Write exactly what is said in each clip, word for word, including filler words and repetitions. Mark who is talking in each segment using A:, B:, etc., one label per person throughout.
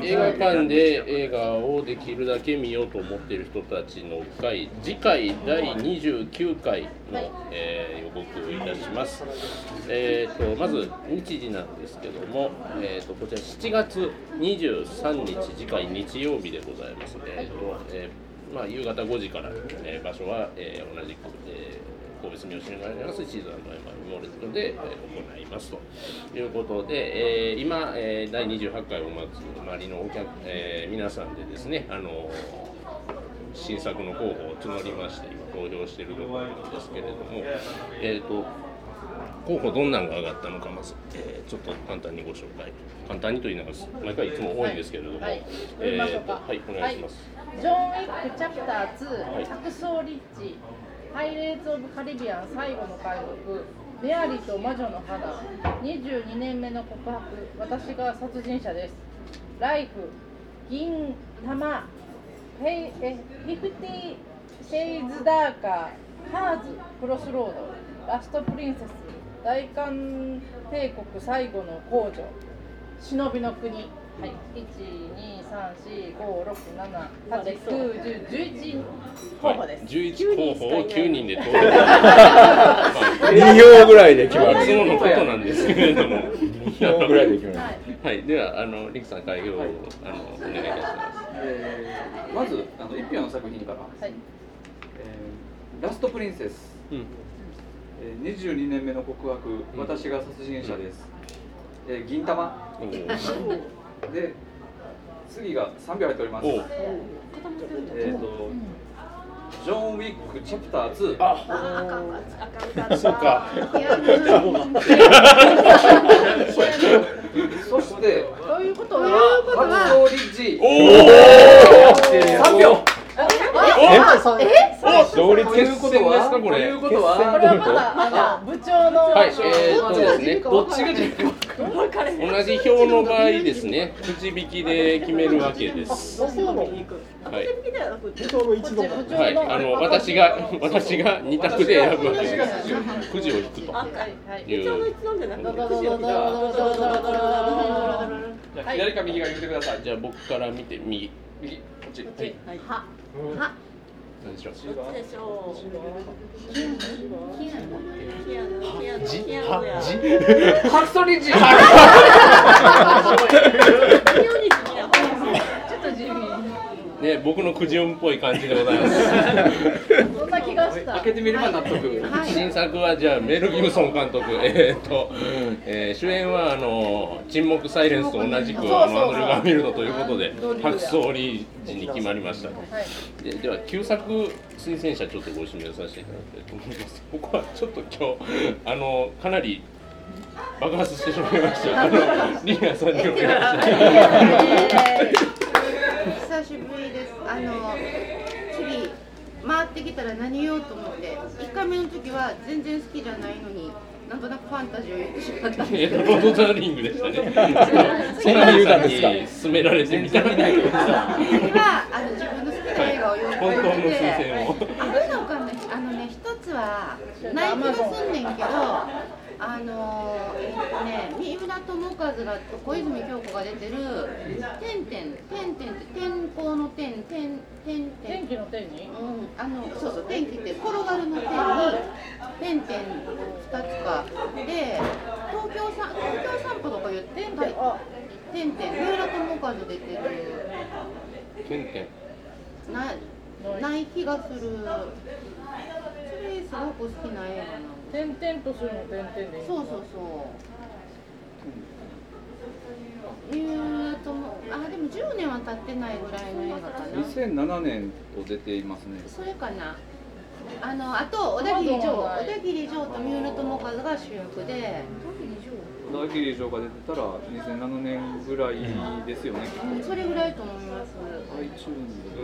A: 映画館で映画をできるだけ見ようと思っている人たちの会、次回だいにじゅうきゅうかいの、えー、予告をいたします。えー、とまず日時なんですけども、えー、とこちらしちがつにじゅうさんにち、次回日曜日でございますね。えーとえーまあ、夕方ごじから、えー、場所は、えー、同じく、えー神戸住吉にありますシーズンのモーレットで、えー、行いますということで、えー、今、えー、だいにじゅうはちかいを待つ周りのお客、えー、皆さんでですね、あのー、新作の候補を募りまして今投票しているところなんですけれども、えーと候補どんなのが上がったのかまず、えー、ちょっと簡単にご紹介簡単にと言いながら毎回いつも多いんですけれども、はい、えーとはい、お願いします。
B: はい、ジョン・ウィックチャプターツー、はい、着想リッチ、パイレーツ・オブ・カリビアン最後の回復、メアリーと魔女の花、にじゅうにねんめの告白、私が殺人者です、ライフ、銀玉、フェイえフィフティ・シェイズ・ダーカー、ハーズ、クロスロード、ラスト・プリンセス、大韓帝国最後の皇女、忍びの国、はい、いち、に、さん、よん、ご、ろく、なな、はち、きゅう、じゅう、じゅういち候補です。
A: じゅういち候補をきゅうにんで投票。
C: に票ぐらいで決まる。
A: いつものことなんですけれども。
C: に票ぐらいで決まる。
A: はい、ではあのリクさん開票を、はい、あのお願いいたします。
D: えー、まずあの一票の作品から、はい、えー、ラストプリンセス、うん、えー、にじゅうにねんめの告白、うん、私が殺人者です、うん、えー、銀玉。で、次がさんびょう入っております。えーと、ジョン・ウィックチャプターツー。
C: あ、あ、そうか。
D: そして、
B: どういうことは？
D: 発動リッチ。
A: おお。
D: さんびょう。
B: え？
A: 同率決戦ですかこれ？
D: ということは、
B: これはまだあの部長の。
A: はい、えーとですね、どっちが同じ票の場合ですね、くじ引きで決めるわけです。はい。はい、あの私が私が二択で選ぶわけです。くじを引くという。
D: 左か右か言ってください。
A: じゃあ僕から見て右
D: 右こっち。
A: はい。
B: はは。
A: 何でしょう。
E: どっちでしょう。
A: じは
D: じハクソリッチ。
B: ちょっと地味。
A: ね、僕のくじ運っぽい感じでございます。
B: そんな気がした。
D: 開けてみれば納得。
B: はい、
A: 新作はじゃあメル・ギブソン監督、えーとえー、主演はあの沈黙サイレンスと同じくあのアンドリュー・ガーフィールドということで白装リーチに決まりました。で, では旧作推薦者ちょっとご指名させていただきたいと思います。ここはちょっと今日あのかなり爆発してしまいました。あのリーナさんにお願いします。
F: 久しぶりです。あの次回ってきたら何言おうと思って、いっかいめの時は全然好きじゃないのに、なんとなくファンタジーを言ってしまったんですけど。
A: ロード・ザ・リングでしたね。そんな言うたんですか。勧められてみたいな。
F: 次はあの自分の好きな映画を読んで、
A: 本当の推薦を。
F: あるのかね、あのね、一つはない気がすんねんけど。あのえっとね、三浦友和が小泉今日子が出てる「てんてん」「てんてん」って天候の天「天天
B: 天気の天に、
F: うん、あのそうそう天気って転がるの天に「てんてん」ふたつかで東京さ東京散歩とか言って「てんてん」てんてん三浦友和出てる
A: てんてん
F: なない気がする。それすごく好きな映画なの。
B: 点々とするの点々でいい。
F: そうそうそう。えーともあでもじゅうねんは経ってないぐらいの映画かな。
D: にせんななねんと出ていますね。
F: それかな。あのあと小田切城、小田切城と三浦友和が主役で。
D: 小田切城が出てたらにせんななねんぐらいですよね。
F: うん、それぐらいと思います。
A: うん、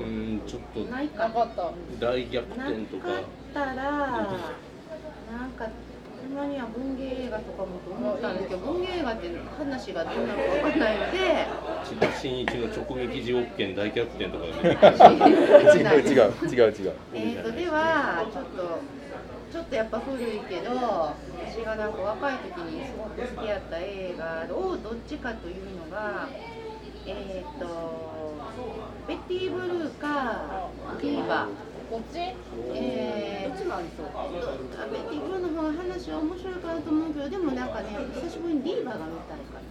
A: ちょっと
F: ないかった
A: 大逆転とか。
F: なかったらなんかたまには文芸映画とかもと思ったんですけど、文芸映画って話がどんなのかわかんないので。
A: 千葉真一の直撃地獄圏大逆転とかね。
C: 違う違う違う違う。
F: えっとではちょっとちょっとやっぱ古いけど、私がなんか若い時にすごく好きやった映画をどっちかというのが。 えっ、ー、とベティブルーかディーバ。
B: どっち？
F: えー、どっちもありそう。ベティブルーの方が話は面白いかなと思うけど、でもなんかね、久しぶりにディーバが見たいから。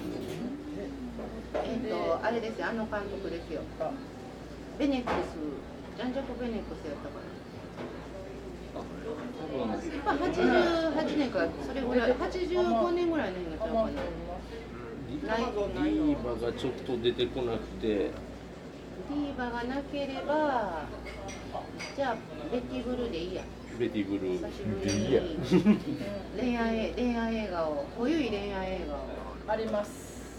F: えっ、ー、とあれですよ、あの監督ですよ。ベネックス、ジャンジャコ・ベネックスやったかな。まあはちじゅうはちねんからそれぐらい、はちじゅうごねんぐらいの映画ちゃうかな。
A: ディーバがちょっと出てこなくて、デ
F: ィーバがなければ、じゃあベティブルーでいいや。
A: ベティブルー
F: 久しぶりに恋愛恋愛映画を、濃い恋愛映画を
B: あります。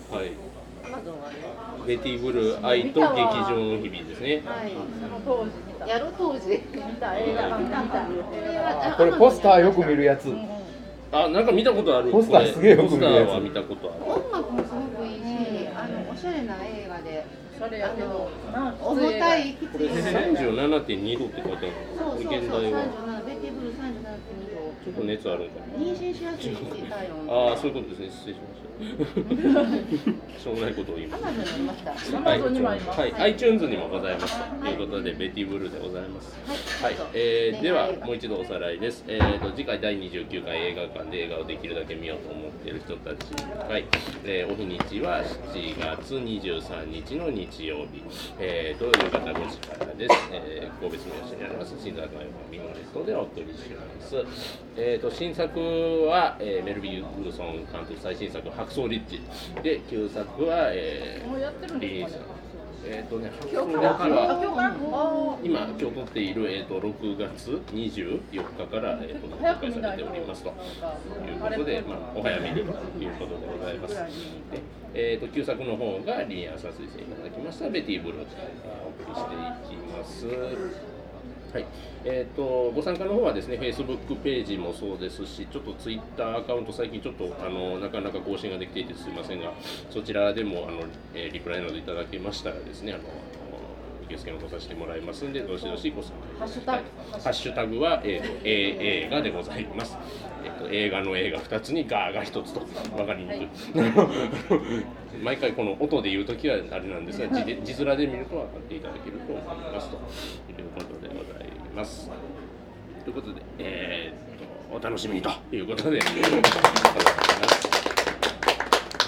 A: はい。
F: アマゾンがね。
A: ベティブルー愛と劇場の日々ですね。
F: はい。
B: その当時見た。
F: やろ当時。
B: 見た映画見た。
C: これポスターよく見るやつ。
A: あ、なんか見たことある。
C: ポスターすげえよく見るやつ。
A: ポスターは見たことある。
F: 音楽もすごくいいし、あのおしゃれな映画で。
B: それやけど、
F: 重たいきつい。
A: これさんじゅうななてんにどって書いてある。
F: そうそうそう。
A: 現代は。
F: ベティブルーさんじゅうななてんにど。
A: ちょっと熱あるんかな。
F: 妊娠しやすい体温。
A: ああ、そういうことですね。失礼しました。しょうもないことを言いました。
F: アマゾンにありました。
B: アマゾンにもあります。
A: はい、アイチューンズ にもございますということで、ベティブルーでございます。はい、えー、ではもう一度おさらいです。えーと次回だいにじゅうきゅうかい映画館で映画をできるだけ見ようと思っている人たちの会、えー、お日にちはしちがつにじゅうさんにちの日曜日、えー、と夕方ごじからです。えー、神戸住吉にあります新作のビムネットでお送りします。えーと新作は、えー、メルビル・グルソン監督最新作白装リッチで、旧作は、えー、
B: もうやってるん
A: リリース
B: ですかね。
A: えっ、ー、とね、
B: 今日
A: 白装リッチは
B: 今日から
A: 今今日撮っている、えー、とろくがつにじゅうよっかから、えー、と公開されておりますということで、まあ、お早めにということでございます。でえー、と旧作の方がリンアンさん推薦いただきましたベティブルーで、えー、お送りしていきます。はいえー、とご参加の方はですね、Facebook ページもそうですし、ちょっと Twitter アカウント、最近ちょっとあのなかなか更新ができていてすみませんが、そちらでもあの、えー、リプライなどいただけましたらですね、あの受付をとさせてもらいますんで、どしどしご参加ください。ハッシュタグは、えー、と映画でございます。えー、と映画の映画ふたつにガーがひとつと分かりにくい。毎回この音で言うときはあれなんですが、字で字面で見ると分かっていただけると思いますということでございます。ということで、えー、とお楽しみにということでございます。